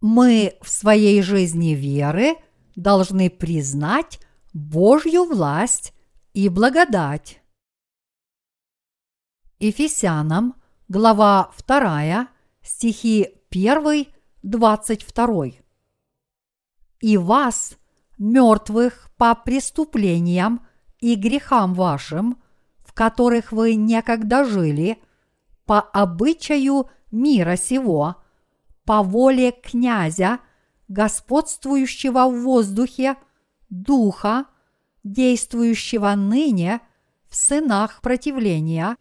мы в своей жизни веры должны признать Божью власть и благодать. Ефесянам, глава 2, стихи 1, 22. «И вас, мертвых по преступлениям и грехам вашим, в которых вы некогда жили, по обычаю мира сего, по воле князя, господствующего в воздухе, духа, действующего ныне в сынах противления,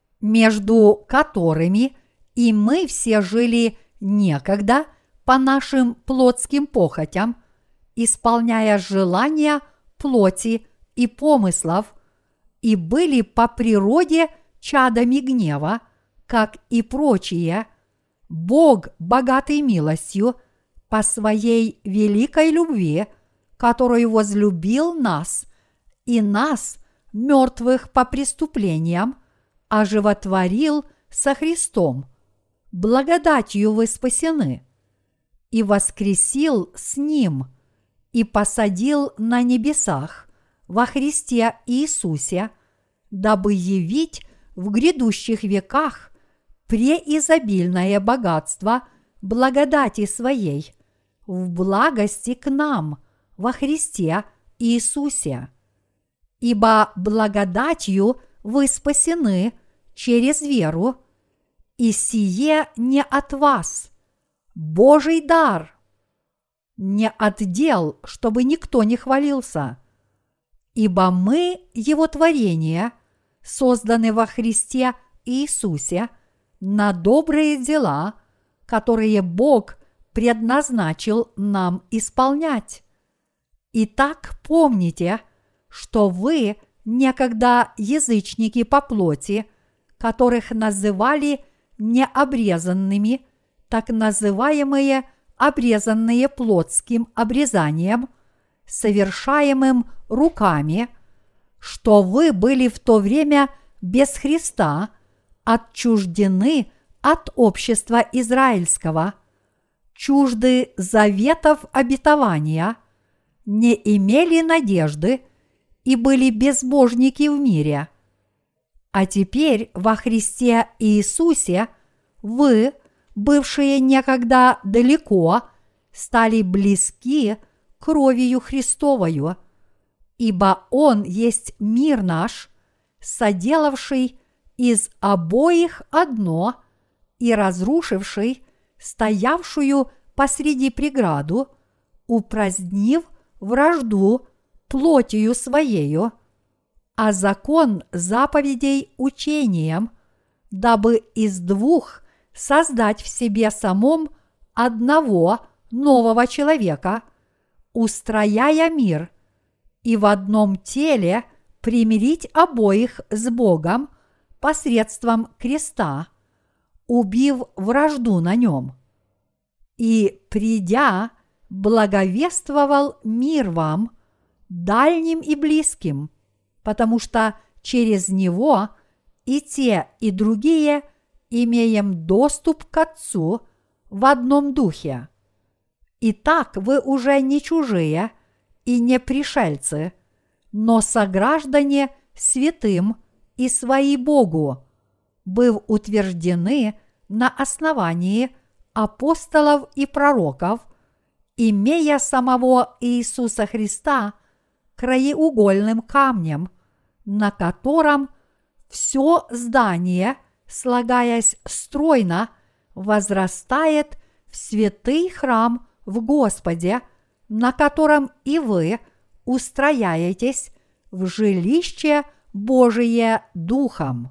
между которыми и мы все жили некогда по нашим плотским похотям, исполняя желания плоти и помыслов, и были по природе чадами гнева, как и прочие. Бог, богатый милостью, по своей великой любви, которую возлюбил нас, и нас, мертвых по преступлениям, оживотворил со Христом. Благодатью вы спасены, и воскресил с Ним, и посадил на небесах во Христе Иисусе, дабы явить в грядущих веках преизобильное богатство благодати Своей в благости к нам во Христе Иисусе. Ибо благодатью вы спасены через веру, и сие не от вас, Божий дар, не от дел, чтобы никто не хвалился. Ибо мы, Его творение, созданы во Христе Иисусе на добрые дела, которые Бог предназначил нам исполнять. Итак, помните, что вы некогда язычники по плоти, которых называли необрезанными, так называемые обрезанные плотским обрезанием, совершаемым руками, что вы были в то время без Христа, отчуждены от общества израильского, чужды заветов обетования, не имели надежды и были безбожники в мире. А теперь во Христе Иисусе вы, бывшие некогда далеко, стали близки кровью Христовою, ибо Он есть мир наш, соделавший из обоих одно и разрушивший стоявшую посреди преграду, упразднив вражду плотью Своею, а закон заповедей учением, дабы из двух создать в себе самом одного нового человека, устрояя мир, и в одном теле примирить обоих с Богом посредством креста, убив вражду на нем. И, придя, благовествовал мир вам, дальним и близким, потому что через него и те, и другие имеем доступ к Отцу в одном духе. Итак, вы уже не чужие и не пришельцы, но сограждане святым и свои Богу, быв утверждены на основании апостолов и пророков, имея самого Иисуса Христа краеугольным камнем, на котором все здание, слагаясь стройно, возрастает в святый храм в Господе, на котором и вы устрояетесь в жилище Божие Духом.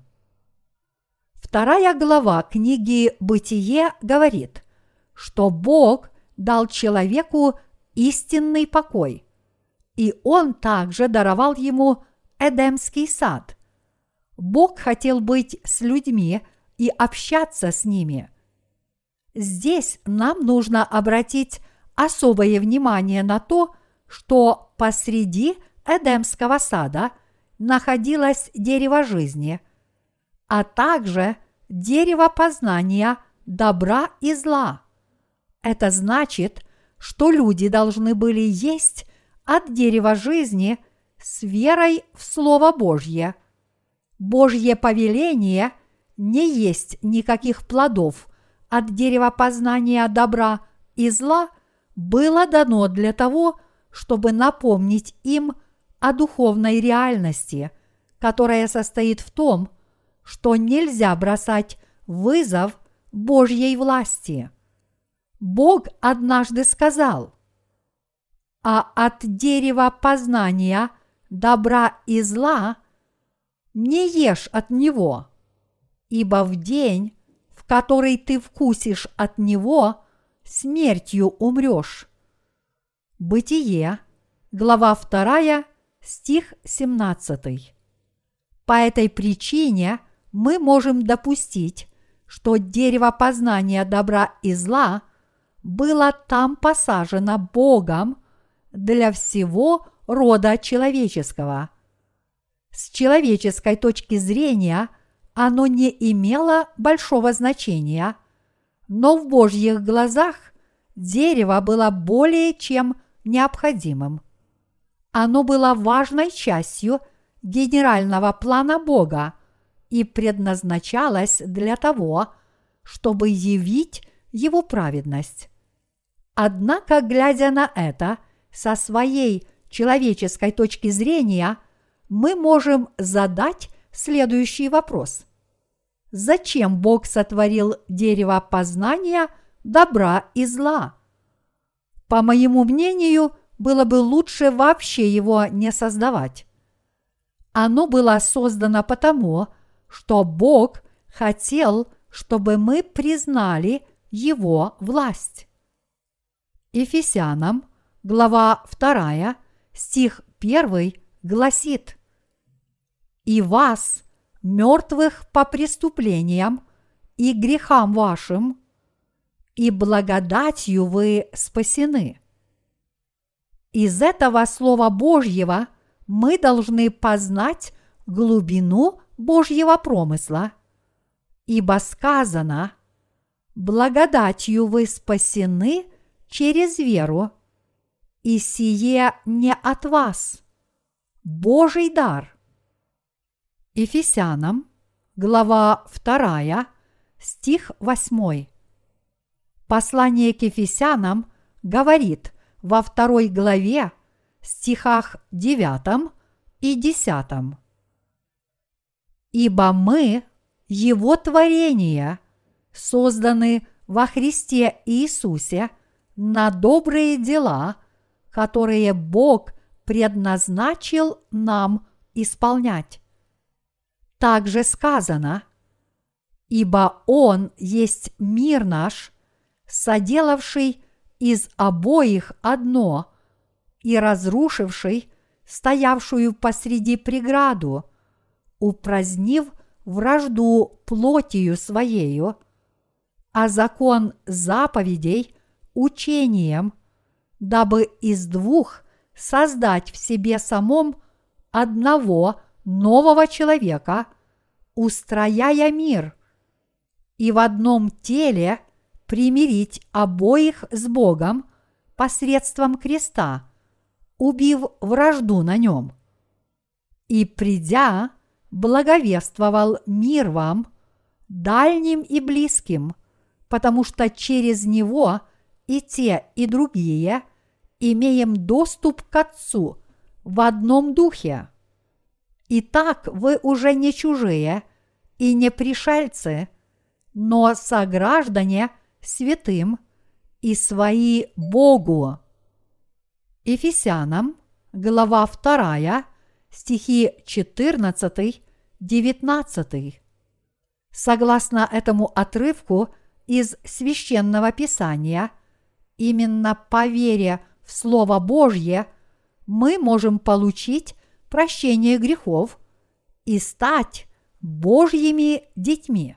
2 глава книги «Бытие» говорит, что Бог дал человеку истинный покой, и Он также даровал ему Эдемский сад. Бог хотел быть с людьми и общаться с ними. Здесь нам нужно обратить особое внимание на то, что посреди Эдемского сада находилось дерево жизни, а также дерево познания добра и зла. Это значит, что люди должны были есть от дерева жизни с верой в Слово Божье. Божье повеление не есть никаких плодов от дерева познания добра и зла было дано для того, чтобы напомнить им о духовной реальности, которая состоит в том, что нельзя бросать вызов Божьей власти. Бог однажды сказал: «А от дерева познания добра и зла не ешь от него, ибо в день, в который ты вкусишь от него, смертью умрешь». Бытие, глава 2, стих 17. По этой причине мы можем допустить, что дерево познания добра и зла было там посажено Богом для всего рода человеческого. С человеческой точки зрения оно не имело большого значения, но в Божьих глазах дерево было более чем необходимым. Оно было важной частью генерального плана Бога и предназначалось для того, чтобы явить Его праведность. Однако, глядя на это со своей человеческой точки зрения, мы можем задать следующий вопрос: зачем Бог сотворил дерево познания добра и зла? По моему мнению, было бы лучше вообще его не создавать. Оно было создано потому, что Бог хотел, чтобы мы признали Его власть. Ефесянам, глава 2, стих 1 гласит: «И вас, мертвых по преступлениям и грехам вашим, и благодатью вы спасены». Из этого Слова Божьего мы должны познать глубину Божьего промысла, ибо сказано: «Благодатью вы спасены через веру, и сие не от вас, Божий дар». Ефесянам, глава 2, стих 8. Послание к Ефесянам говорит во 2 главе, стихах 9 и 10: «Ибо мы, Его творение, созданы во Христе Иисусе на добрые дела, которые Бог предназначил нам исполнять». Также сказано: «Ибо Он есть мир наш, соделавший из обоих одно и разрушивший стоявшую посреди преграду, упразднив вражду плотью своею, а закон заповедей учением, дабы из двух создать в себе самом одного нового человека, устрояя мир, и в одном теле примирить обоих с Богом посредством креста, убив вражду на нем. И придя, благовествовал мир вам, дальним и близким, потому что через него и те, и другие имеем доступ к Отцу в одном духе. Итак, вы уже не чужие и не пришельцы, но сограждане святым и свои Богу». Ефесянам, глава 2, стихи 14-19. Согласно этому отрывку из Священного Писания, именно по вере в Слово Божье мы можем получить прощение грехов и стать Божьими детьми.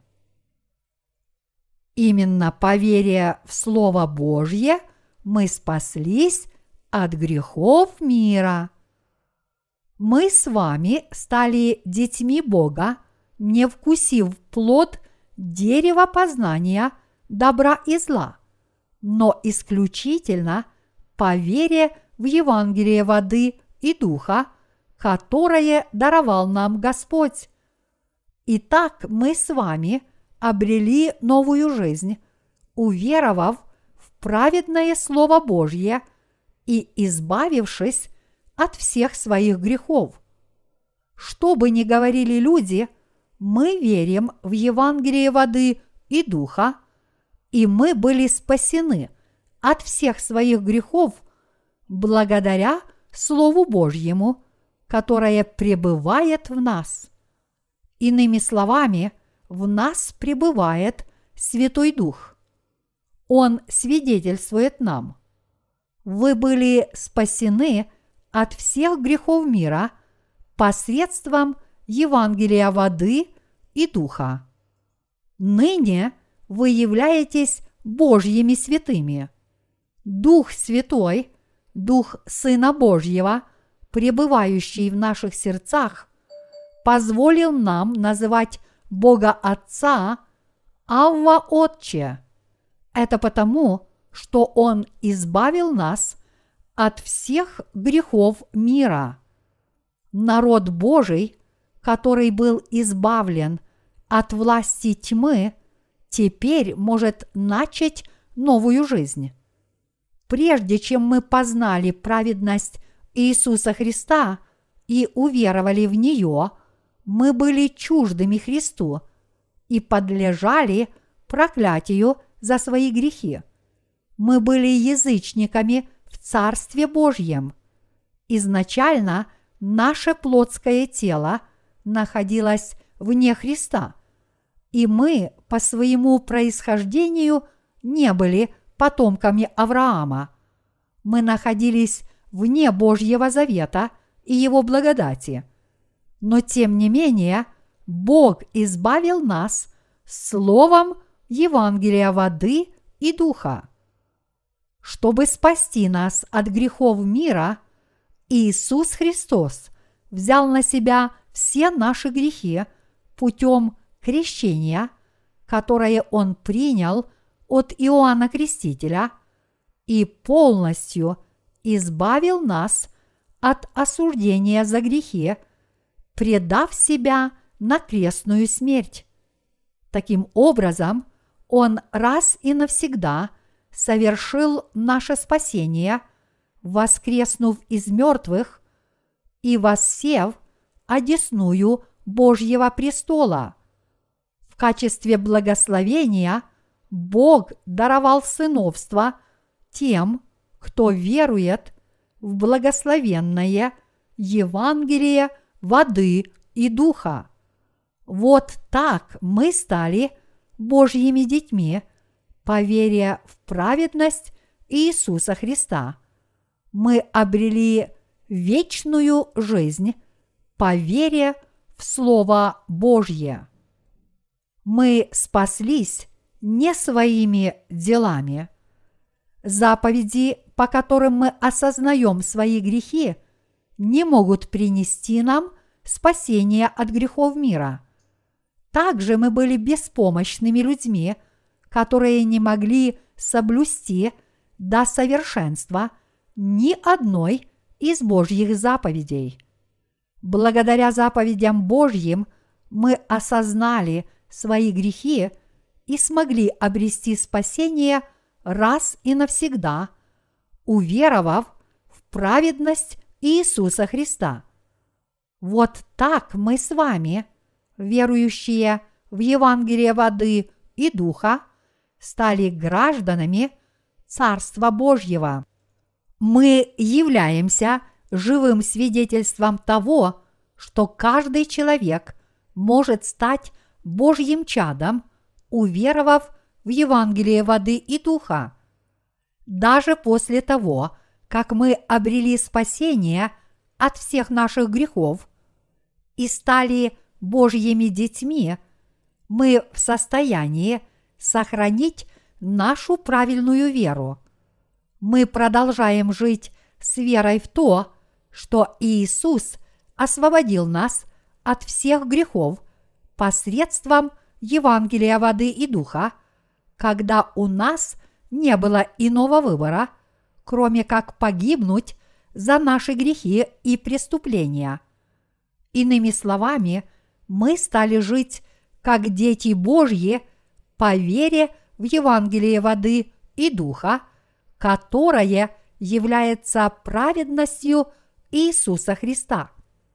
Именно по вере в Слово Божье мы спаслись от грехов мира. Мы с вами стали детьми Бога, не вкусив плод дерева познания добра и зла, но исключительно по вере в Евангелие воды и духа, которое даровал нам Господь. Итак, мы с вами обрели новую жизнь, уверовав в праведное Слово Божье и избавившись от всех своих грехов. Что бы ни говорили люди, мы верим в Евангелие воды и духа, и мы были спасены от всех своих грехов благодаря Слову Божьему, которое пребывает в нас. Иными словами, в нас пребывает Святой Дух. Он свидетельствует нам: вы были спасены от всех грехов мира посредством Евангелия воды и духа. Ныне вы являетесь Божьими святыми. Дух Святой, Дух Сына Божьего, пребывающий в наших сердцах, позволил нам называть Бога Отца Авва Отче. Это потому, что Он избавил нас от всех грехов мира. Народ Божий, который был избавлен от власти тьмы, теперь может начать новую жизнь. Прежде чем мы познали праведность Иисуса Христа и уверовали в нее, мы были чуждыми Христу и подлежали проклятию за свои грехи. Мы были язычниками в Царстве Божьем. Изначально наше плотское тело находилось вне Христа, и мы по своему происхождению не были потомками Авраама. Мы находились вне Божьего завета и Его благодати. Но тем не менее, Бог избавил нас словом Евангелия воды и духа. Чтобы спасти нас от грехов мира, Иисус Христос взял на себя все наши грехи путем крещения, которое Он принял от Иоанна Крестителя, и полностью избавил нас от осуждения за грехи, предав себя на крестную смерть. Таким образом, Он раз и навсегда совершил наше спасение, воскреснув из мертвых и воссев одесную Божьего престола. В качестве благословения Бог даровал сыновство тем, кто верует в благословенное Евангелие воды и духа. Вот так мы стали Божьими детьми по вере в праведность Иисуса Христа. Мы обрели вечную жизнь по вере в Слово Божье. Мы спаслись не своими делами. Заповеди, по которым мы осознаем свои грехи, не могут принести нам спасение от грехов мира. Также мы были беспомощными людьми, которые не могли соблюсти до совершенства ни одной из Божьих заповедей. Благодаря заповедям Божьим мы осознали свои грехи и смогли обрести спасение раз и навсегда, уверовав в праведность Иисуса Христа. Вот так мы с вами, верующие в Евангелие воды и духа, стали гражданами Царства Божьего. Мы являемся живым свидетельством того, что каждый человек может стать Божьим чадом, уверовав в Евангелие воды и духа. Даже после того, как мы обрели спасение от всех наших грехов и стали Божьими детьми, мы в состоянии сохранить нашу правильную веру. Мы продолжаем жить с верой в то, что Иисус освободил нас от всех грехов посредством Евангелия воды и духа, когда у нас не было иного выбора, кроме как погибнуть за наши грехи и преступления. Иными словами, мы стали жить как дети Божьи по вере в Евангелие воды и духа, которое является праведностью Иисуса Христа.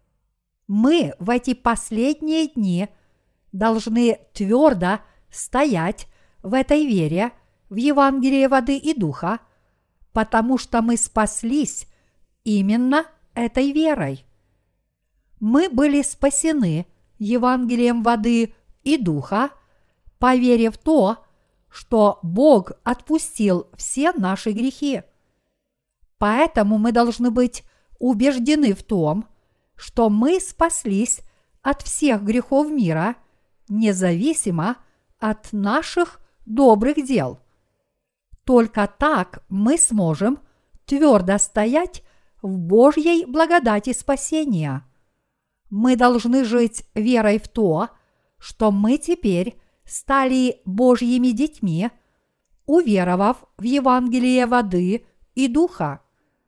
Мы в эти последние дни должны твердо стоять в этой вере в Евангелие воды и духа, потому что мы спаслись именно этой верой. Мы были спасены Евангелием воды и духа, по вере в то, что Бог отпустил все наши грехи. Поэтому мы должны быть убеждены в том, что мы спаслись от всех грехов мира, независимо от наших добрых дел. Только так мы сможем твердо стоять в Божьей благодати спасения. Мы должны жить верой в то, что мы теперь стали Божьими детьми, уверовав в Евангелие воды и духа.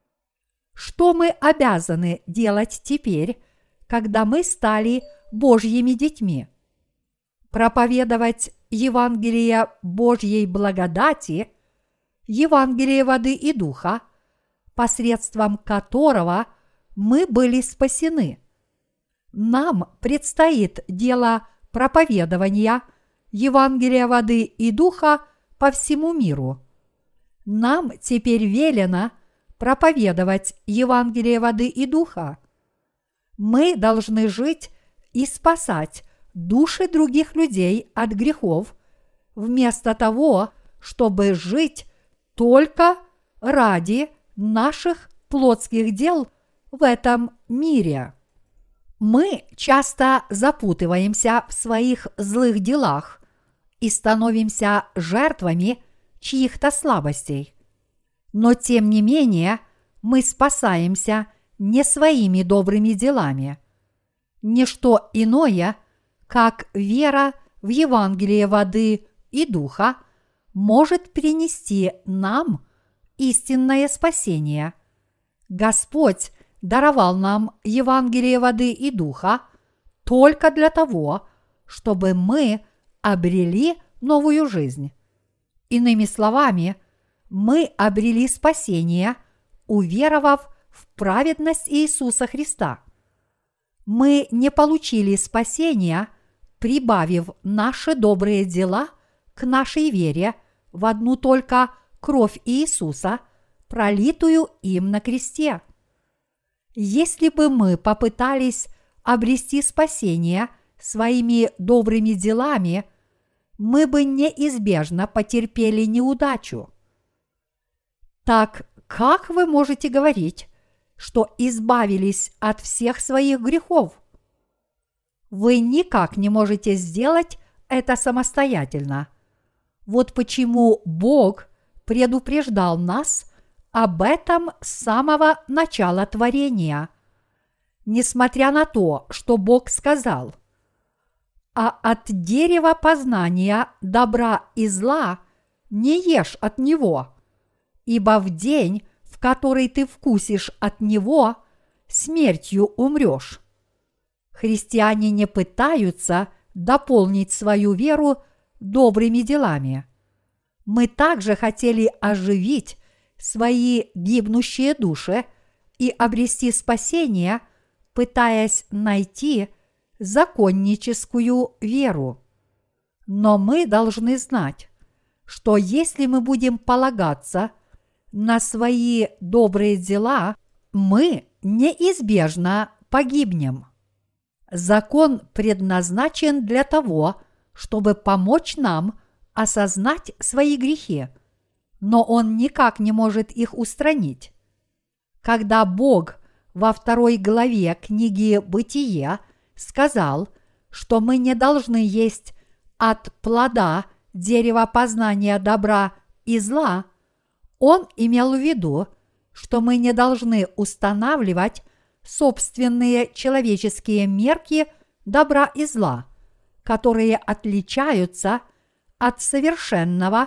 Что мы обязаны делать теперь, когда мы стали Божьими детьми? Проповедовать Евангелие Божьей благодати, Евангелие воды и духа, посредством которого мы были спасены. Нам предстоит дело проповедования Евангелия воды и духа по всему миру. Нам теперь велено проповедовать Евангелие воды и духа. Мы должны жить и спасать души других людей от грехов, вместо того, чтобы жить только ради наших плотских дел в этом мире. Мы часто запутываемся в своих злых делах и становимся жертвами чьих-то слабостей. Но тем не менее мы спасаемся не своими добрыми делами. Ничто иное, как вера в Евангелие воды и духа, может принести нам истинное спасение. Господь даровал нам Евангелие воды и духа только для того, чтобы мы обрели новую жизнь. Иными словами, мы обрели спасение, уверовав в праведность Иисуса Христа. Мы не получили спасения, прибавив наши добрые дела к нашей вере в одну только кровь Иисуса, пролитую им на кресте. Если бы мы попытались обрести спасение своими добрыми делами, мы бы неизбежно потерпели неудачу. Так как вы можете говорить, что избавились от всех своих грехов? Вы никак не можете сделать это самостоятельно. Вот почему Бог предупреждал нас об этом с самого начала творения. Несмотря на то, что Бог сказал: «А от дерева познания добра и зла не ешь от него, ибо в день, в который ты вкусишь от него, смертью умрешь». Христиане не пытаются дополнить свою веру добрыми делами. Мы также хотели оживить свои гибнущие души и обрести спасение, пытаясь найти законническую веру. Но мы должны знать, что если мы будем полагаться на свои добрые дела, мы неизбежно погибнем. Закон предназначен для того, чтобы помочь нам осознать свои грехи, но он никак не может их устранить. Когда Бог во 2 главе книги «Бытие» сказал, что мы не должны есть от плода дерева познания добра и зла, Он имел в виду, что мы не должны устанавливать собственные человеческие мерки добра и зла, которые отличаются от совершенного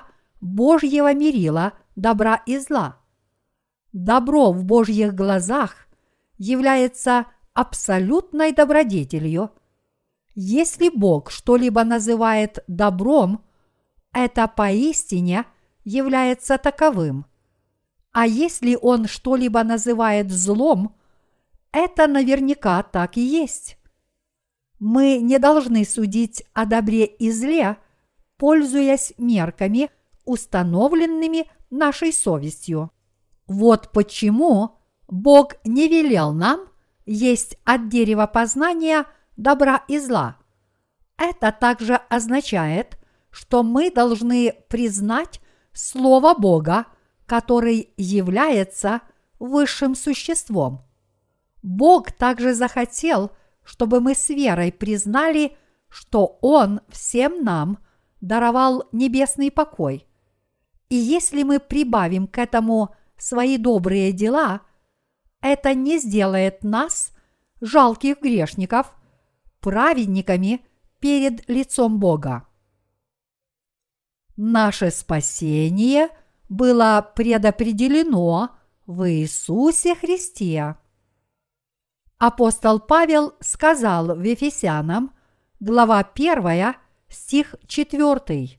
Божьего мерила добра и зла. Добро в Божьих глазах является абсолютной добродетелью. Если Бог что-либо называет добром, это поистине является таковым. А если Он что-либо называет злом, это наверняка так и есть. Мы не должны судить о добре и зле, пользуясь мерками, установленными нашей совестью. Вот почему Бог не велел нам есть от дерева познания добра и зла. Это также означает, что мы должны признать Слово Бога, который является высшим существом. Бог также захотел, чтобы мы с верой признали, что Он всем нам даровал небесный покой. И если мы прибавим к этому свои добрые дела, это не сделает нас, жалких грешников, праведниками перед лицом Бога. Наше спасение было предопределено в Иисусе Христе. Апостол Павел сказал в Ефесянам, глава 1, стих 4.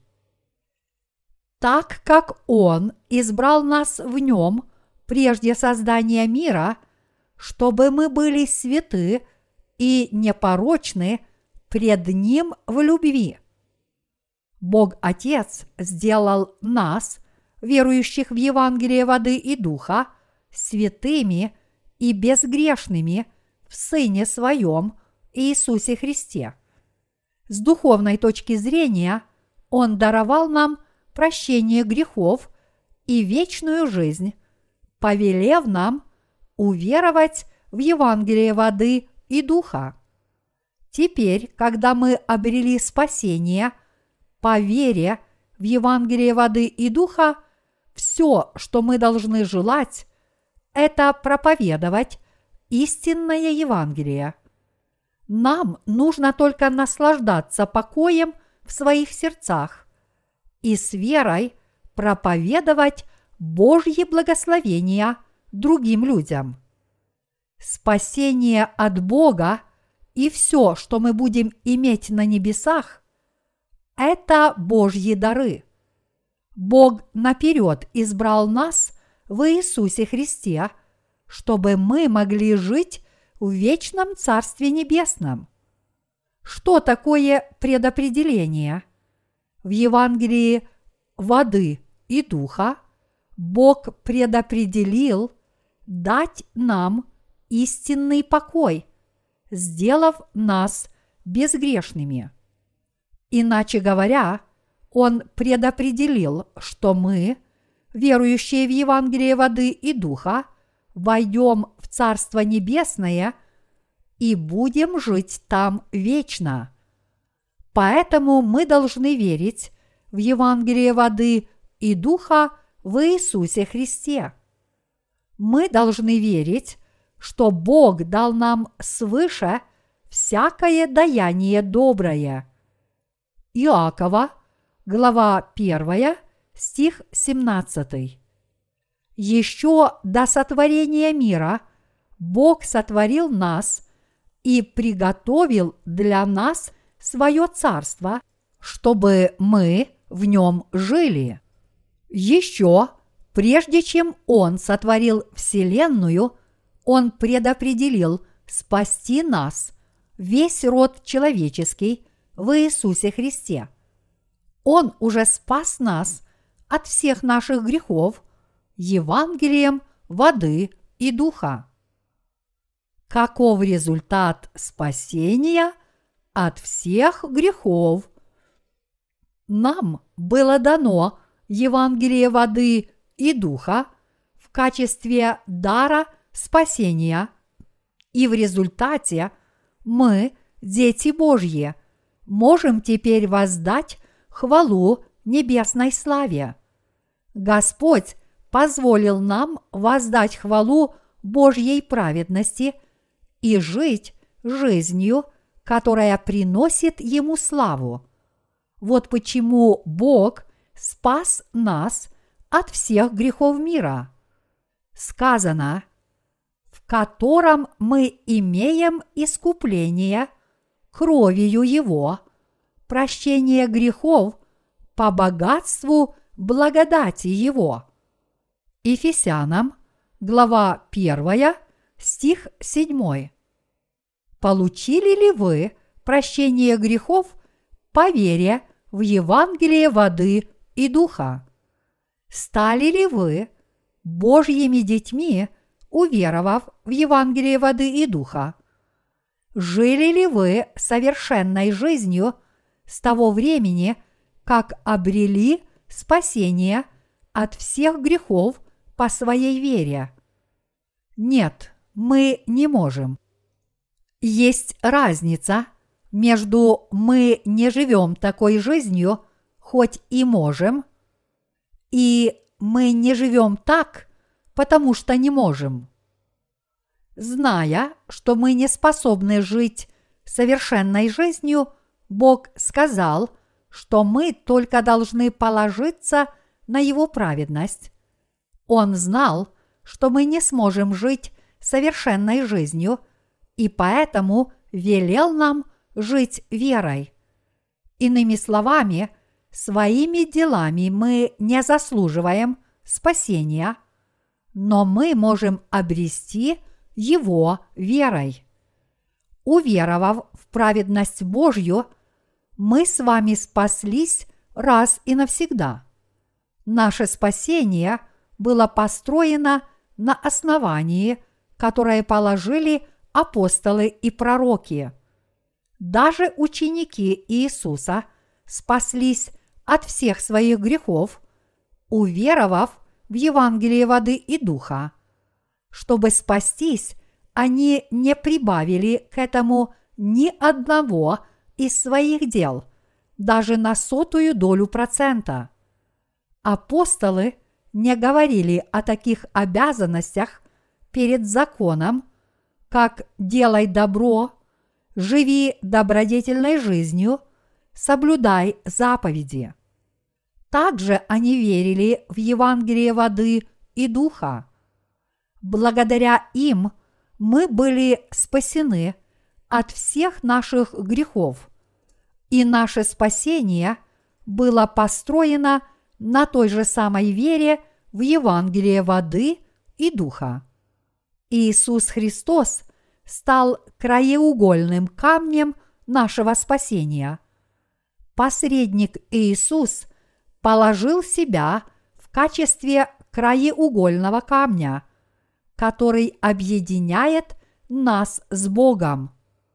«Так как Он избрал нас в Нем прежде создания мира, чтобы мы были святы и непорочны пред Ним в любви». Бог Отец сделал нас, верующих в Евангелие воды и духа, святыми и безгрешными в Сыне Своем Иисусе Христе. С духовной точки зрения Он даровал нам прощение грехов и вечную жизнь, повелев нам уверовать в Евангелие воды и духа. Теперь, когда мы обрели спасение по вере в Евангелие воды и духа, все, что мы должны желать, это проповедовать истинное Евангелие. Нам нужно только наслаждаться покоем в своих сердцах и с верой проповедовать Божьи благословения другим людям. Спасение от Бога и все, что мы будем иметь на небесах, это Божьи дары. Бог наперед избрал нас в Иисусе Христе, чтобы мы могли жить в вечном Царстве Небесном. Что такое предопределение? В Евангелии воды и духа Бог предопределил дать нам истинный покой, сделав нас безгрешными. Иначе говоря, Он предопределил, что мы, верующие в Евангелие воды и духа, войдем в Царство Небесное и будем жить там вечно. Поэтому мы должны верить в Евангелие воды и духа в Иисусе Христе. Мы должны верить, что Бог дал нам свыше всякое даяние доброе. Иакова, глава 1, стих 17. Еще до сотворения мира Бог сотворил нас и приготовил для нас свое царство, чтобы мы в нем жили. Еще прежде чем Он сотворил вселенную, Он предопределил спасти нас, весь род человеческий, в Иисусе Христе. Он уже спас нас от всех наших грехов Евангелием воды и духа. Каков результат спасения от всех грехов? Нам было дано Евангелие воды и духа в качестве дара спасения, и в результате мы, дети Божьи, можем теперь воздать хвалу небесной славе. Господь позволил нам воздать хвалу Божьей праведности и жить жизнью, которая приносит Ему славу. Вот почему Бог спас нас от всех грехов мира. Сказано, в котором мы имеем искупление кровью Его, прощение грехов по богатству благодати Его. Ефесянам, глава 1, стих 7. Получили ли вы прощение грехов по вере в Евангелие воды и духа? Стали ли вы Божьими детьми, уверовав в Евангелие воды и духа? Жили ли вы совершенной жизнью с того времени, как обрели спасение от всех грехов по своей вере? Нет, мы не можем. Есть разница между «мы не живем такой жизнью, хоть и можем», и «мы не живем так, потому что не можем». Зная, что мы не способны жить совершенной жизнью, Бог сказал, что мы только должны положиться на Его праведность. Он знал, что мы не сможем жить совершенной жизнью, и поэтому велел нам жить верой. Иными словами, своими делами мы не заслуживаем спасения, но мы можем обрести его верой. Уверовав в праведность Божью, мы с вами спаслись раз и навсегда. Наше спасение было построено на основании, которое положили апостолы и пророки. Даже ученики Иисуса спаслись от всех своих грехов, уверовав в Евангелие воды и духа. Чтобы спастись, они не прибавили к этому ни одного из своих дел, даже на 0,01%. Апостолы не говорили о таких обязанностях перед законом, как «делай добро», «живи добродетельной жизнью», «соблюдай заповеди». Также они верили в Евангелие воды и духа. Благодаря им мы были спасены от всех наших грехов, и наше спасение было построено на той же самой вере в Евангелие воды и духа. Иисус Христос стал краеугольным камнем нашего спасения. Посредник Иисус положил себя в качестве краеугольного камня, который объединяет нас с Богом.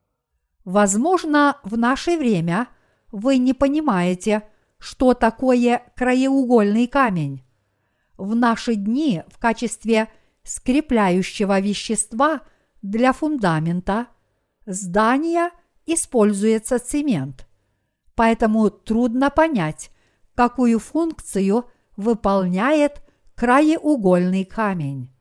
Возможно, в наше время вы не понимаете, что такое краеугольный камень. В наши дни в качестве скрепляющего вещества для фундамента здания используется цемент. Поэтому трудно понять, какую функцию выполняет краеугольный камень.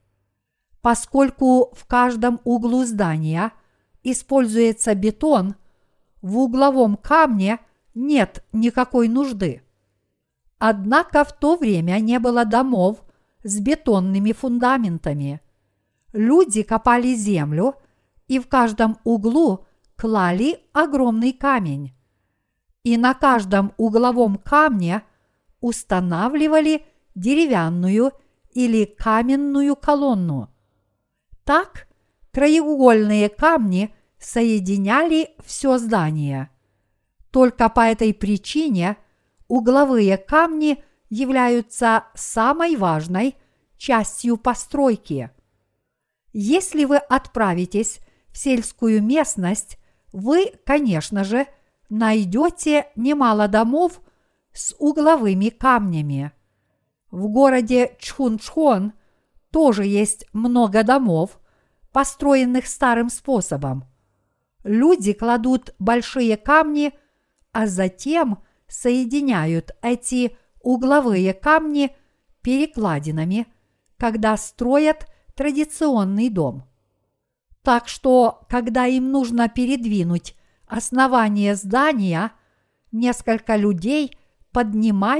Поскольку в каждом углу здания используется бетон, в угловом камне нет никакой нужды. Однако в то время не было домов с бетонными фундаментами. Люди копали землю и в каждом углу клали огромный камень. И на каждом угловом камне устанавливали деревянную или каменную колонну. Так краеугольные камни соединяли все здание. Только по этой причине угловые камни являются самой важной частью постройки. Если вы отправитесь в сельскую местность, вы, конечно же, найдете немало домов с угловыми камнями. В городе Чхунчхон тоже есть много домов, построенных старым способом. Люди кладут большие камни, а затем соединяют эти угловые камни перекладинами, когда строят традиционный дом. Так что, когда им нужно передвинуть основание здания, несколько людей поднимают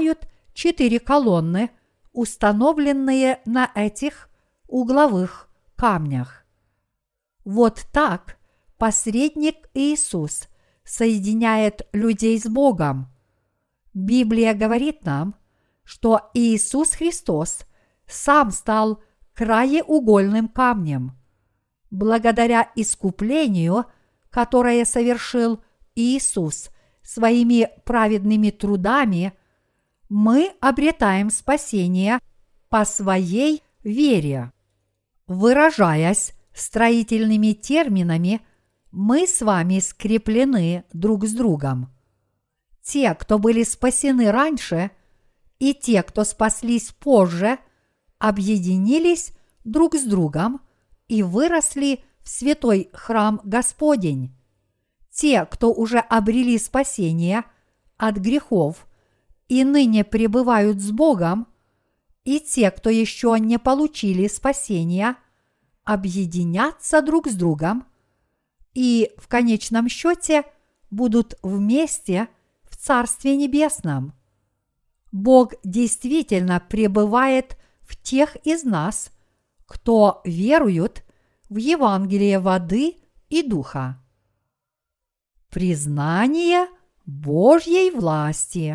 4 колонны, установленные на этих угловых камнях. Вот так посредник Иисус соединяет людей с Богом. Библия говорит нам, что Иисус Христос сам стал краеугольным камнем. Благодаря искуплению, которое совершил Иисус своими праведными трудами, мы обретаем спасение по своей вере. Выражаясь строительными терминами, мы с вами скреплены друг с другом. Те, кто были спасены раньше, и те, кто спаслись позже, объединились друг с другом и выросли в святой храм Господень. Те, кто уже обрели спасение от грехов и ныне пребывают с Богом, и те, кто еще не получили спасения, объединятся друг с другом и в конечном счете будут вместе в Царстве Небесном. Бог действительно пребывает в тех из нас, кто веруют в Евангелие воды и духа. Признание Божьей власти.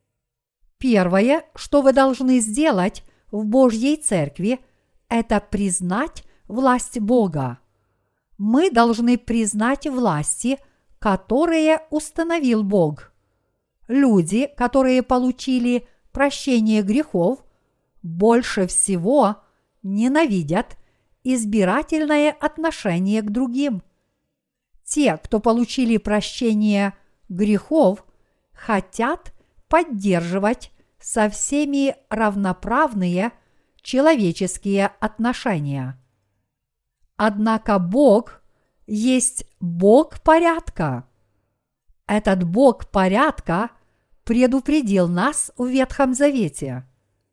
Первое, что вы должны сделать в Божьей Церкви, это признать власть Бога. Мы должны признать власти, которые установил Бог. Люди, которые получили прощение грехов, больше всего ненавидят избирательное отношение к другим. Те, кто получили прощение грехов, хотят поддерживать со всеми равноправные человеческие отношения. Однако Бог есть Бог порядка. Этот Бог порядка предупредил нас в Ветхом Завете.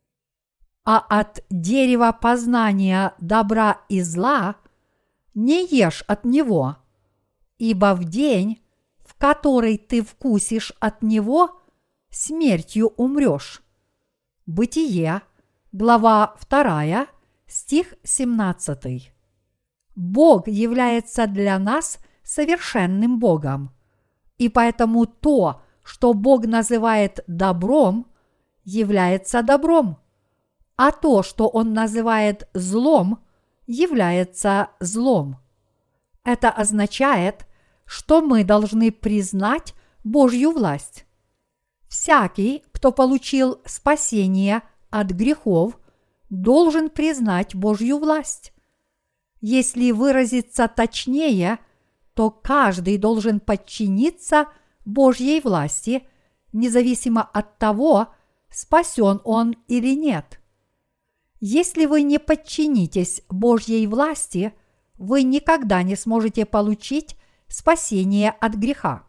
А от дерева познания добра и зла не ешь от него, ибо в день, в который ты вкусишь от него, смертью умрешь. Бытие, глава 2, стих 17. Бог является для нас совершенным Богом, и поэтому то, что Бог называет добром, является добром, а то, что Он называет злом, является злом. Это означает, что мы должны признать Божью власть. Всякий, кто получил спасение от грехов, должен признать Божью власть. Если выразиться точнее, то каждый должен подчиниться Божьей власти, независимо от того, спасен он или нет. Если вы не подчинитесь Божьей власти, вы никогда не сможете получить спасение от греха.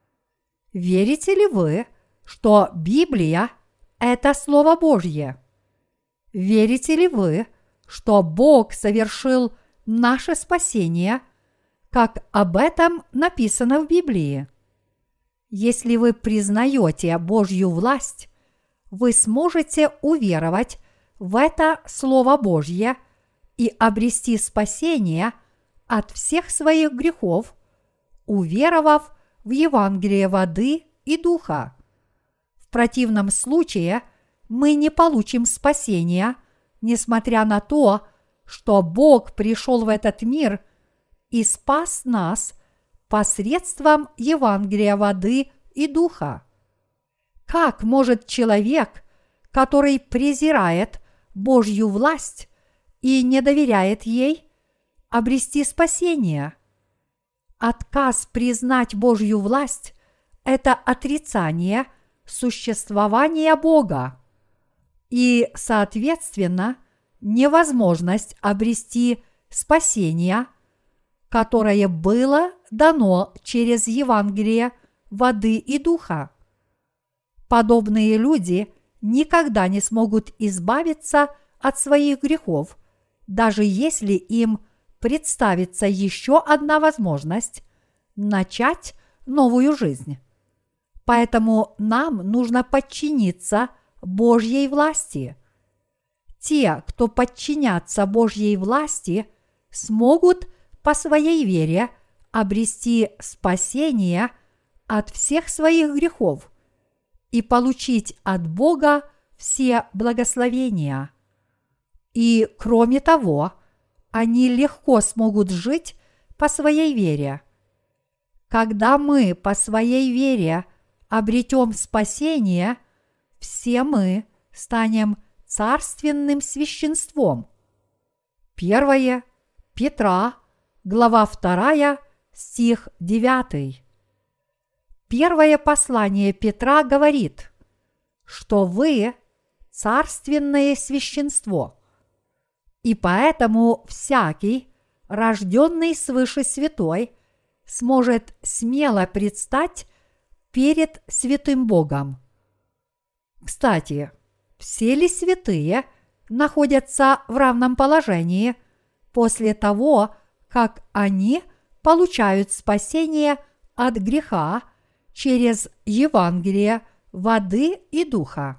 Верите ли вы, что Библия – это Слово Божье? Верите ли вы, что Бог совершил наше спасение, как об этом написано в Библии? Если вы признаете Божью власть, вы сможете уверовать в это Слово Божье и обрести спасение от всех своих грехов, уверовав в Евангелие воды и духа. В противном случае мы не получим спасения, несмотря на то, что Бог пришел в этот мир и спас нас посредством Евангелия воды и духа. Как может человек, который презирает Божью власть и не доверяет ей, обрести спасение? Отказ признать Божью власть – это отрицание существования Бога и, соответственно, невозможность обрести спасение, которое было дано через Евангелие воды и духа. Подобные люди никогда не смогут избавиться от своих грехов, даже если им представится еще одна возможность начать новую жизнь. Поэтому нам нужно подчиниться Божьей власти. Те, кто подчинятся Божьей власти, смогут по своей вере обрести спасение от всех своих грехов и получить от Бога все благословения. И кроме того, они легко смогут жить по своей вере. Когда мы по своей вере обретем спасение, все мы станем царственным священством. 1 Петра, глава 2, стих 9. Первое послание Петра говорит, что вы царственное священство, и поэтому всякий, рожденный свыше святой, сможет смело предстать перед святым Богом. Кстати, все ли святые находятся в равном положении после того, как они получают спасение от греха через Евангелие воды и духа?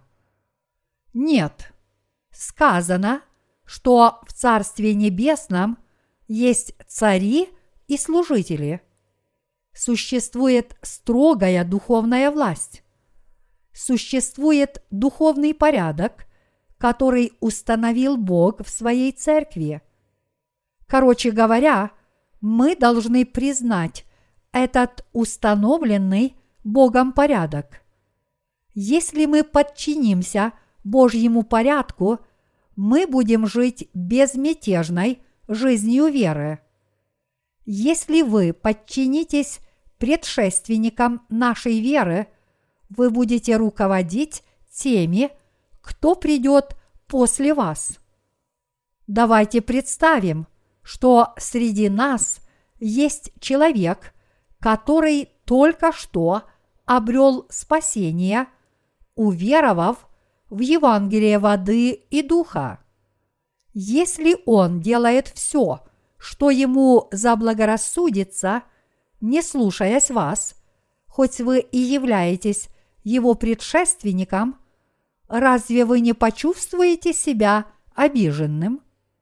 Нет. Сказано, что в Царстве Небесном есть цари и служители. Существует строгая духовная власть. Существует духовный порядок, который установил Бог в своей церкви. Короче говоря, мы должны признать этот установленный Богом порядок. Если мы подчинимся Божьему порядку, мы будем жить безмятежной жизнью веры. Если вы подчинитесь предшественникам нашей веры, вы будете руководить теми, кто придет после вас. Давайте представим, что среди нас есть человек, который только что обрел спасение, уверовав в Евангелие воды и духа. Если он делает все, что ему заблагорассудится, не слушаясь вас, хоть вы и являетесь его предшественником, разве вы не почувствуете себя обиженным?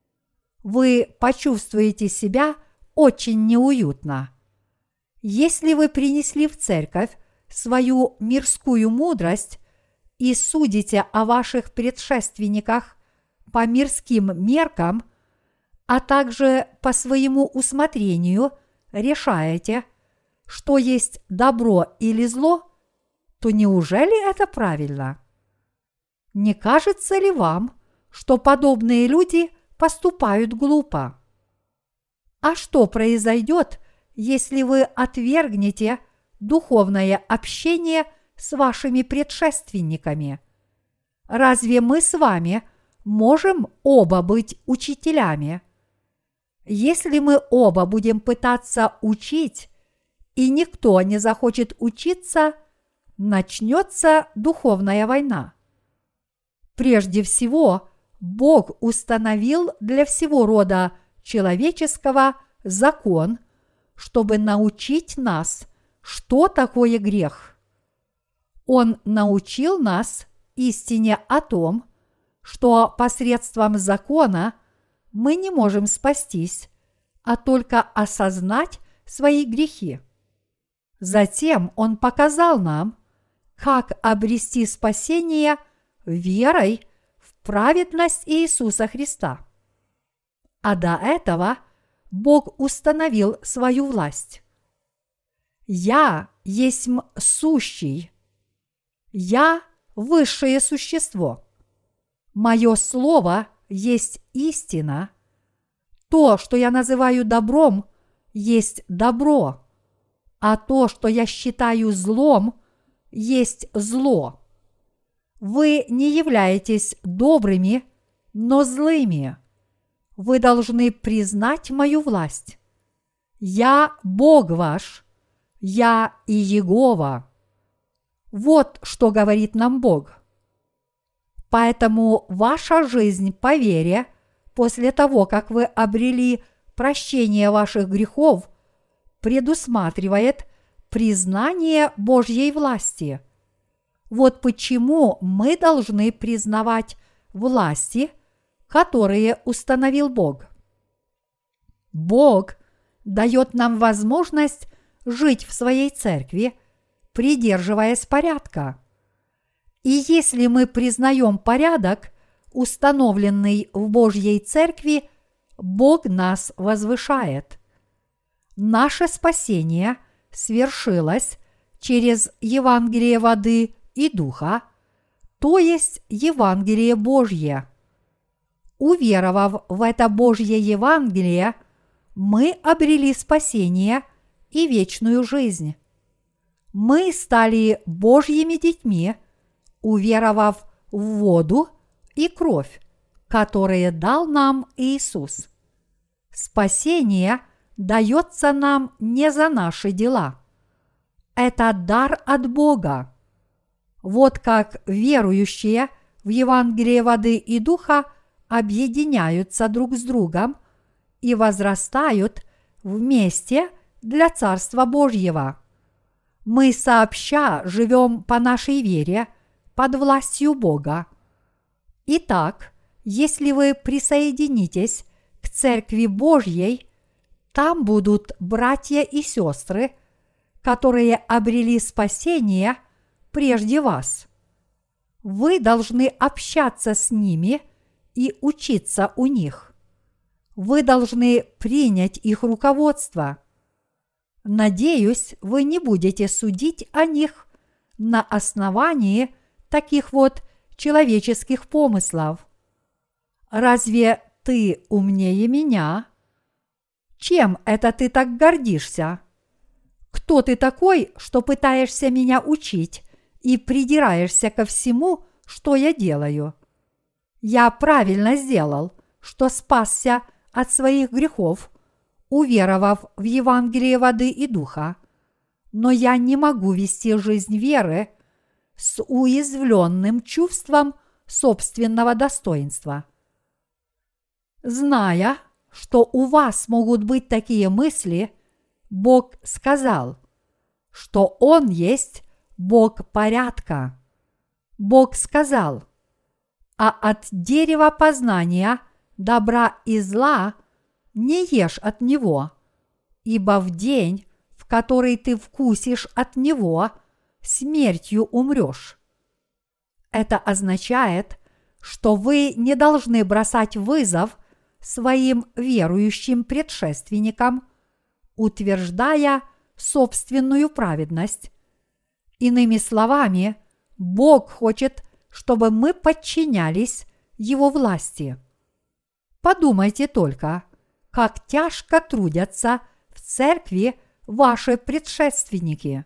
Вы почувствуете себя очень неуютно. Если вы принесли в церковь свою мирскую мудрость и судите о ваших предшественниках по мирским меркам, а также по своему усмотрению решаете, что есть добро или зло, то неужели это правильно? Не кажется ли вам, что подобные люди поступают глупо? А что произойдет, если вы отвергнете духовное общение с вашими предшественниками? Разве мы с вами можем оба быть учителями? Если мы оба будем пытаться учить, и никто не захочет учиться, начнется духовная война. Прежде всего, Бог установил для всего рода человеческого закон, чтобы научить нас, что такое грех. Он научил нас истине о том, что посредством закона мы не можем спастись, а только осознать свои грехи. Затем Он показал нам, как обрести спасение верой в праведность Иисуса Христа. А до этого Бог установил свою власть. «Я есмь сущий, я высшее существо. Мое слово есть истина. То, что я называю добром, есть добро, а то, что я считаю злом, есть зло. Вы не являетесь добрыми, но злыми. Вы должны признать мою власть. Я Бог ваш, я Иегова». Вот что говорит нам Бог. Поэтому ваша жизнь по вере, после того, как вы обрели прощение ваших грехов, предусматривает признание Божьей власти. Вот почему мы должны признавать власти, которые установил Бог. Бог дает нам возможность жить в своей церкви, придерживаясь порядка. И если мы признаем порядок, установленный в Божьей церкви, Бог нас возвышает. Наше спасение свершилось через Евангелие воды и духа, то есть Евангелие Божье. Уверовав в это Божье Евангелие, мы обрели спасение и вечную жизнь. Мы стали Божьими детьми, уверовав в воду и кровь, которые дал нам Иисус. Спасение дается нам не за наши дела. Это дар от Бога. Вот как верующие в Евангелие воды и духа объединяются друг с другом и возрастают вместе для Царства Божьего. Мы сообща живем по нашей вере под властью Бога. Итак, если вы присоединитесь к Церкви Божьей, там будут братья и сестры, которые обрели спасение прежде вас. Вы должны общаться с ними и учиться у них. Вы должны принять их руководство. Надеюсь, вы не будете судить о них на основании таких вот человеческих помыслов. Разве ты умнее меня? Чем это ты так гордишься? Кто ты такой, что пытаешься меня учить и придираешься ко всему, что я делаю? Я правильно сделал, что спасся от своих грехов, уверовав в Евангелие воды и духа, но я не могу вести жизнь веры с уязвленным чувством собственного достоинства. Зная, что у вас могут быть такие мысли, Бог сказал, что Он есть Бог порядка. Бог сказал, а от дерева познания добра и зла не ешь от него, ибо в день, в который ты вкусишь от него, смертью умрешь. Это означает, что вы не должны бросать вызов своим верующим предшественникам, утверждая собственную праведность. Иными словами, Бог хочет, чтобы мы подчинялись Его власти. Подумайте только, как тяжко трудятся в церкви ваши предшественники.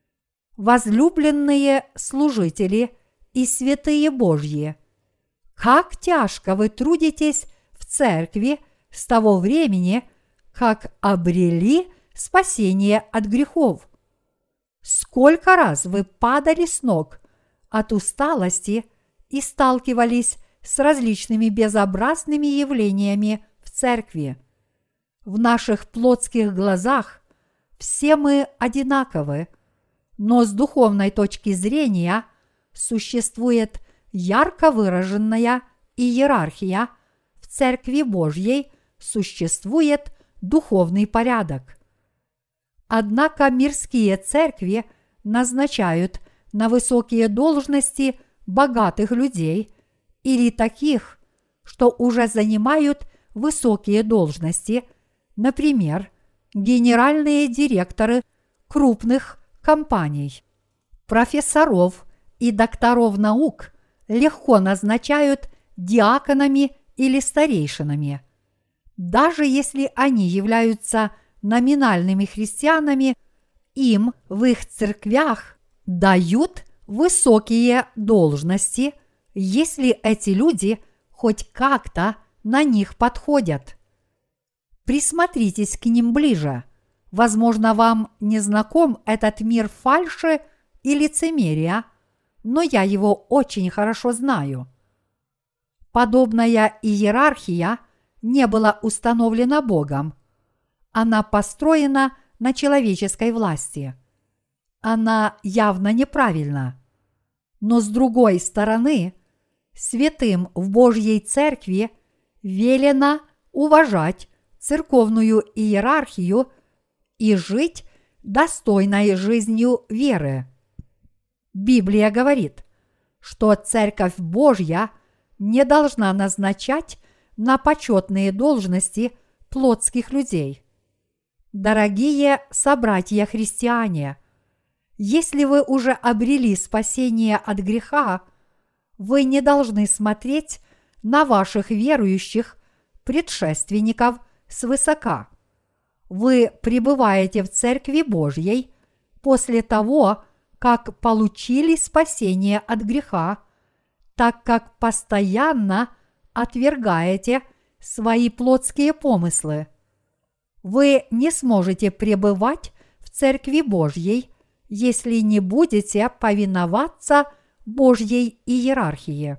Возлюбленные служители и святые Божьи, как тяжко вы трудитесь в церкви с того времени, как обрели спасение от грехов. Сколько раз вы падали с ног от усталости и сталкивались с различными безобразными явлениями в церкви. В наших плотских глазах все мы одинаковы, но с духовной точки зрения существует ярко выраженная иерархия, в Церкви Божьей существует духовный порядок. Однако мирские церкви назначают на высокие должности богатых людей или таких, что уже занимают высокие должности, например, генеральные директоры крупных компаний. Профессоров и докторов наук легко назначают диаконами или старейшинами. Даже если они являются номинальными христианами, им в их церквях дают высокие должности, если эти люди хоть как-то на них подходят. Присмотритесь к ним ближе. Возможно, вам не знаком этот мир фальши и лицемерия, но я его очень хорошо знаю. Подобная иерархия не была установлена Богом. Она построена на человеческой власти. Она явно неправильна. Но с другой стороны, святым в Божьей Церкви велено уважать церковную иерархию и жить достойной жизнью веры. Библия говорит, что Церковь Божья не должна назначать на почетные должности плотских людей. Дорогие собратья-христиане, если вы уже обрели спасение от греха, вы не должны смотреть на ваших верующих предшественников свысока. Вы пребываете в Церкви Божьей после того, как получили спасение от греха, так как постоянно отвергаете свои плотские помыслы. Вы не сможете пребывать в Церкви Божьей, если не будете повиноваться Божьей иерархии.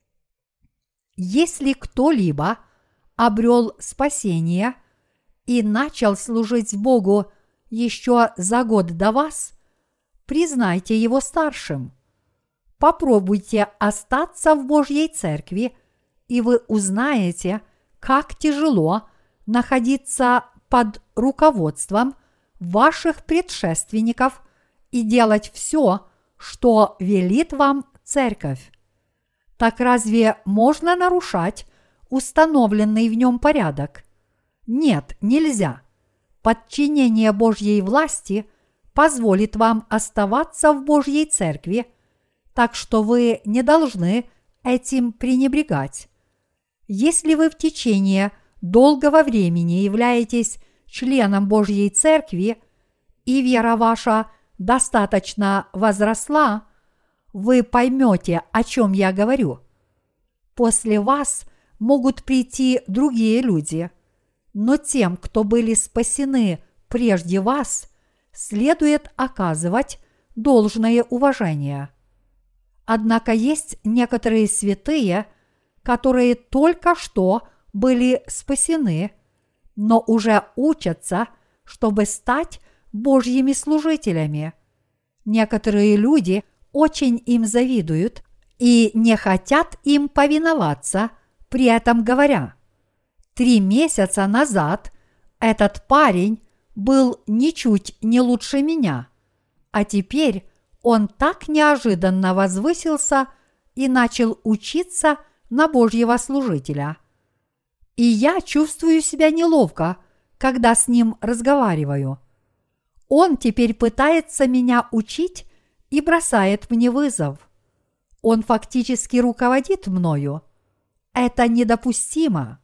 Если кто-либо обрел спасение и начал служить Богу еще за год до вас, признайте его старшим. Попробуйте остаться в Божьей Церкви, и вы узнаете, как тяжело находиться под руководством ваших предшественников и делать все, что велит вам Церковь. Так разве можно нарушать установленный в нем порядок? Нет, нельзя. Подчинение Божьей власти позволит вам оставаться в Божьей Церкви, так что вы не должны этим пренебрегать. Если вы в течение долгого времени являетесь членом Божьей Церкви, и вера ваша достаточно возросла, вы поймете, о чем я говорю. После вас могут прийти другие люди, но тем, кто были спасены прежде вас, следует оказывать должное уважение. Однако есть некоторые святые, которые только что были спасены, но уже учатся, чтобы стать Божьими служителями. Некоторые люди очень им завидуют и не хотят им повиноваться, при этом говоря: 3 месяца назад этот парень был ничуть не лучше меня, а теперь он так неожиданно возвысился и начал учиться на Божьего служителя. И я чувствую себя неловко, когда с ним разговариваю. Он теперь пытается меня учить и бросает мне вызов. Он фактически руководит мною. Это недопустимо.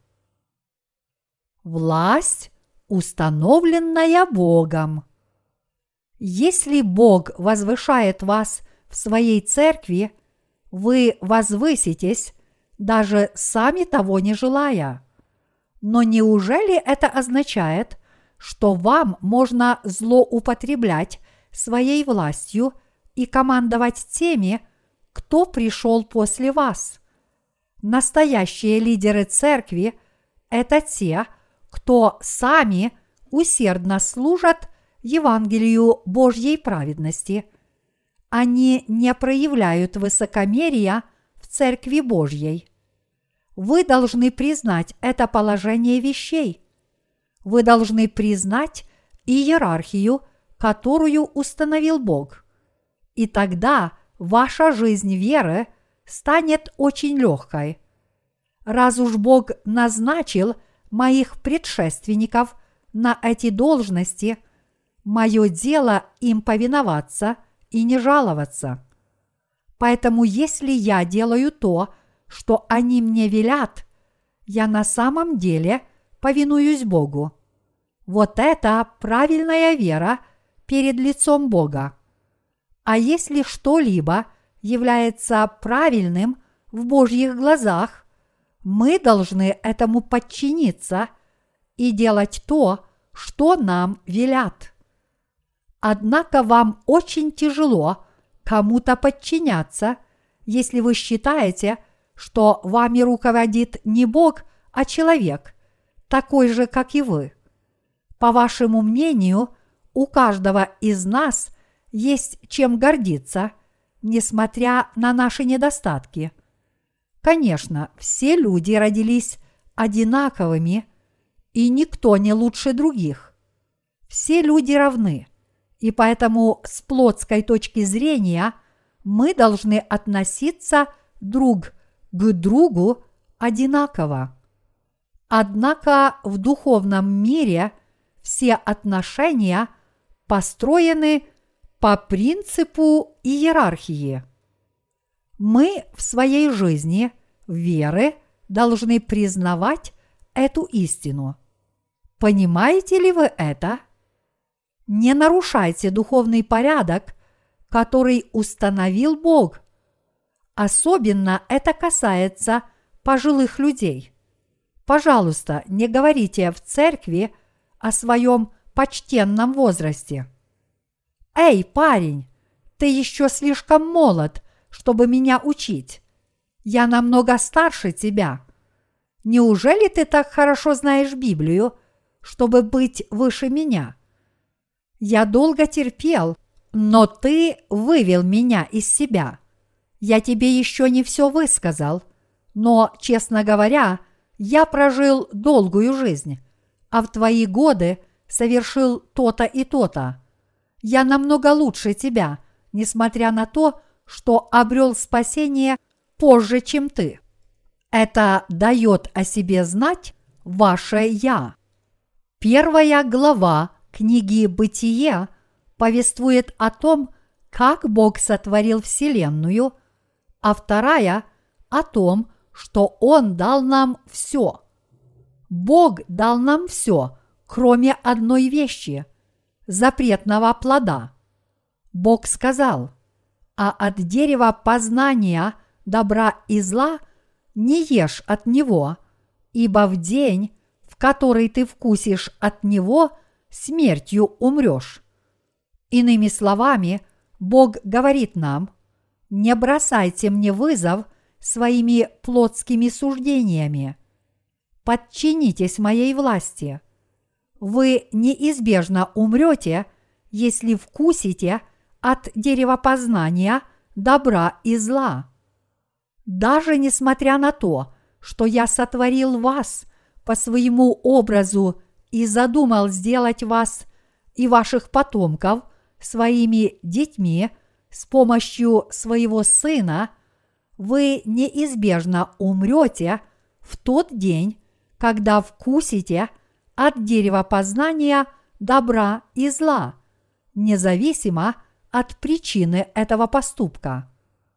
Власть, установленная Богом. Если Бог возвышает вас в своей церкви, вы возвыситесь, даже сами того не желая. Но неужели это означает, что вам можно злоупотреблять своей властью и командовать теми, кто пришел после вас? Настоящие лидеры церкви – это те, кто сами усердно служат Евангелию Божьей праведности. Они не проявляют высокомерия в Церкви Божьей. Вы должны признать это положение вещей. Вы должны признать иерархию, которую установил Бог. И тогда ваша жизнь веры станет очень легкой. Раз уж Бог назначил моих предшественников на эти должности, мое дело им повиноваться и не жаловаться. Поэтому если я делаю то, что они мне велят, я на самом деле повинуюсь Богу. Вот это правильная вера перед лицом Бога. А если что-либо является правильным в Божьих глазах, мы должны этому подчиниться и делать то, что нам велят. Однако вам очень тяжело кому-то подчиняться, если вы считаете, что вами руководит не Бог, а человек, такой же, как и вы. По вашему мнению, у каждого из нас есть чем гордиться, несмотря на наши недостатки. Конечно, все люди родились одинаковыми, и никто не лучше других. Все люди равны, и поэтому с плотской точки зрения мы должны относиться друг к другу одинаково. Однако в духовном мире все отношения построены по принципу иерархии. Мы в своей жизни веры должны признавать эту истину. Понимаете ли вы это? Не нарушайте духовный порядок, который установил Бог. Особенно это касается пожилых людей. Пожалуйста, не говорите в церкви о своем почтенном возрасте. «Эй, парень, ты еще слишком молод, чтобы меня учить. Я намного старше тебя. Неужели ты так хорошо знаешь Библию, чтобы быть выше меня? Я долго терпел, но ты вывел меня из себя. Я тебе еще не все высказал, но, честно говоря, я прожил долгую жизнь, а в твои годы совершил то-то и то-то. Я намного лучше тебя, несмотря на то, что обрел спасение позже, чем ты. Это дает о себе знать ваше «Я». 1 глава книги «Бытие» повествует о том, как Бог сотворил Вселенную, а 2 – о том, что Он дал нам все. Бог дал нам все, кроме одной вещи – запретного плода. Бог сказал: «А от дерева познания добра и зла не ешь от него, ибо в день, в который ты вкусишь от него, смертью умрешь». Иными словами, Бог говорит нам: не бросайте мне вызов своими плотскими суждениями. Подчинитесь моей власти. Вы неизбежно умрете, если вкусите от дерева познания добра и зла. Даже несмотря на то, что я сотворил вас по своему образу и задумал сделать вас и ваших потомков своими детьми с помощью своего Сына, вы неизбежно умрете в тот день, когда вкусите от дерева познания добра и зла, независимо от причины этого поступка.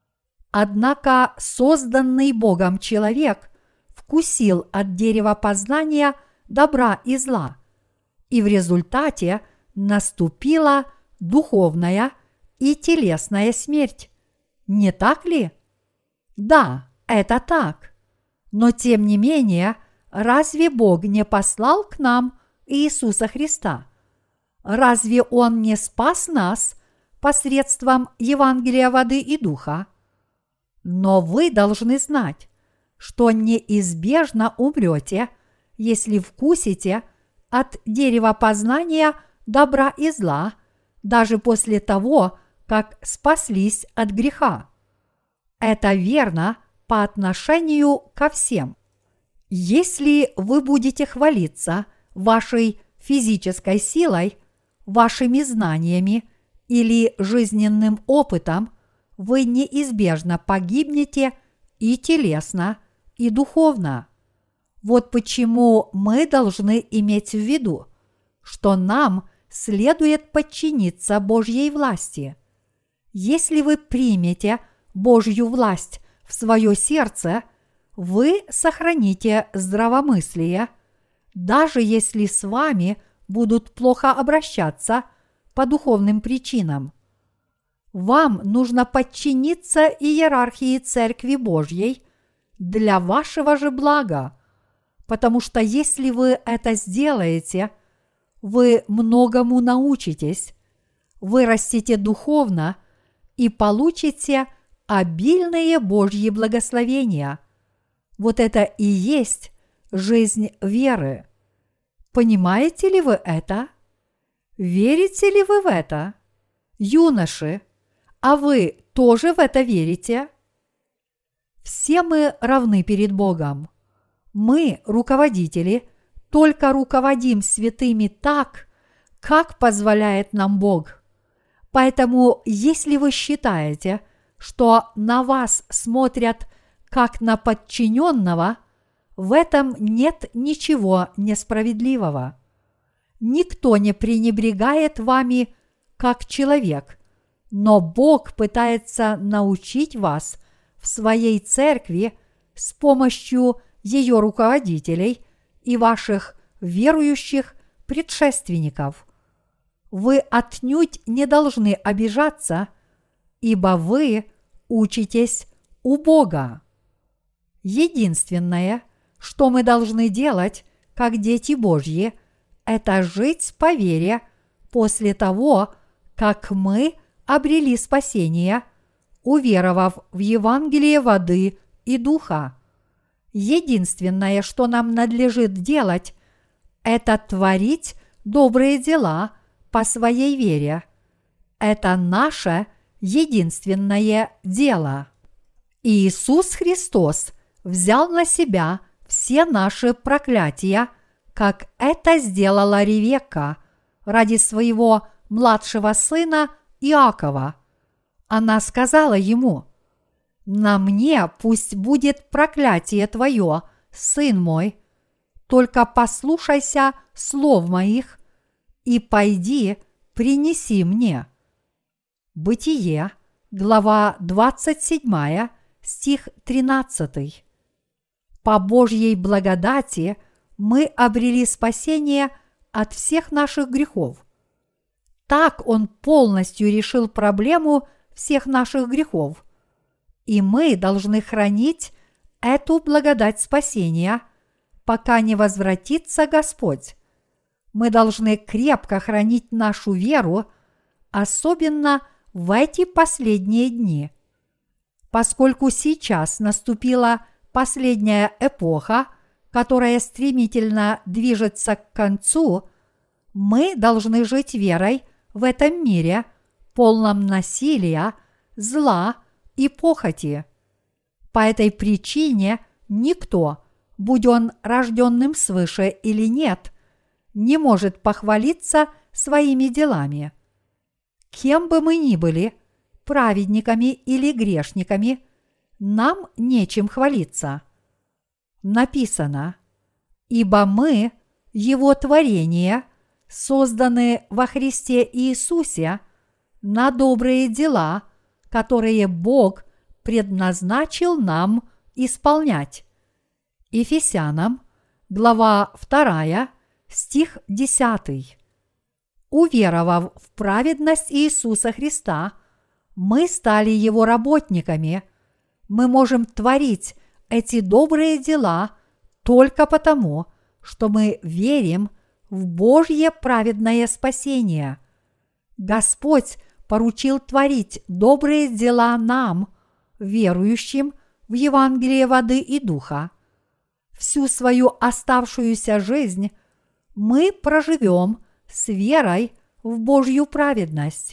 Однако созданный Богом человек вкусил от дерева познания добра и зла, и в результате наступила духовная и телесная смерть. Не так ли? Да, это так. Но тем не менее, разве Бог не послал к нам Иисуса Христа? Разве Он не спас нас посредством Евангелия воды и духа? Но вы должны знать, что неизбежно умрете, если вкусите от дерева познания добра и зла, даже после того, как спаслись от греха. Это верно по отношению ко всем. Если вы будете хвалиться вашей физической силой, вашими знаниями или жизненным опытом, вы неизбежно погибнете и телесно, и духовно. Вот почему мы должны иметь в виду, что нам следует подчиниться Божьей власти. Если вы примете Божью власть в свое сердце, вы сохраните здравомыслие, даже если с вами будут плохо обращаться по духовным причинам. Вам нужно подчиниться иерархии Церкви Божьей для вашего же блага, потому что если вы это сделаете, вы многому научитесь, вырастете духовно и получите обильные Божьи благословения. Вот это и есть жизнь веры. Понимаете ли вы это? Верите ли вы в это? Юноши, а вы тоже в это верите? Все мы равны перед Богом. Мы, руководители, только руководим святыми так, как позволяет нам Бог. Поэтому, если вы считаете, что на вас смотрят как на подчиненного, в этом нет ничего несправедливого. Никто не пренебрегает вами как человек, но Бог пытается научить вас в своей церкви с помощью ее руководителей и ваших верующих предшественников. Вы отнюдь не должны обижаться, ибо вы учитесь у Бога. Единственное, что мы должны делать, как дети Божьи, это жить по вере после того, как мы обрели спасение, уверовав в Евангелие воды и духа. Единственное, что нам надлежит делать, это творить добрые дела по своей вере. Это наше единственное дело. Иисус Христос взял на себя все наши проклятия, как это сделала Ревекка ради своего младшего сына Иакова. Она сказала ему: «На мне пусть будет проклятие твое, сын мой, только послушайся слов моих и пойди, принеси мне». Бытие, глава 27, стих 13. По Божьей благодати мы обрели спасение от всех наших грехов. Так Он полностью решил проблему всех наших грехов. И мы должны хранить эту благодать спасения, пока не возвратится Господь. Мы должны крепко хранить нашу веру, особенно в эти последние дни. Поскольку сейчас наступила последняя эпоха, которая стремительно движется к концу, мы должны жить верой в этом мире, полном насилия, зла и похоти. По этой причине никто, будь он рожденным свыше или нет, не может похвалиться своими делами. Кем бы мы ни были, праведниками или грешниками, нам нечем хвалиться. Написано: «Ибо мы, Его творение, созданы во Христе Иисусе на добрые дела, которые Бог предназначил нам исполнять». Ефесянам, глава 2, стих 10. Уверовав в праведность Иисуса Христа, мы стали Его работниками. Мы можем творить эти добрые дела только потому, что мы верим в Божье праведное спасение. Господь поручил творить добрые дела нам, верующим в Евангелие воды и духа. Всю свою оставшуюся жизнь мы проживем с верой в Божью праведность.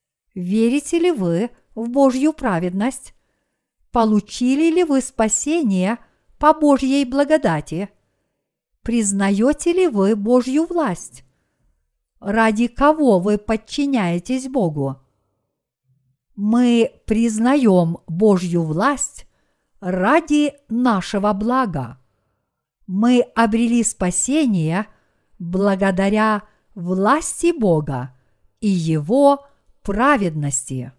Верите ли вы в Божью праведность? Получили ли вы спасение по Божьей благодати? Признаете ли вы Божью власть? Ради кого вы подчиняетесь Богу? Мы признаем Божью власть ради нашего блага. Мы обрели спасение благодаря власти Бога и Его праведности.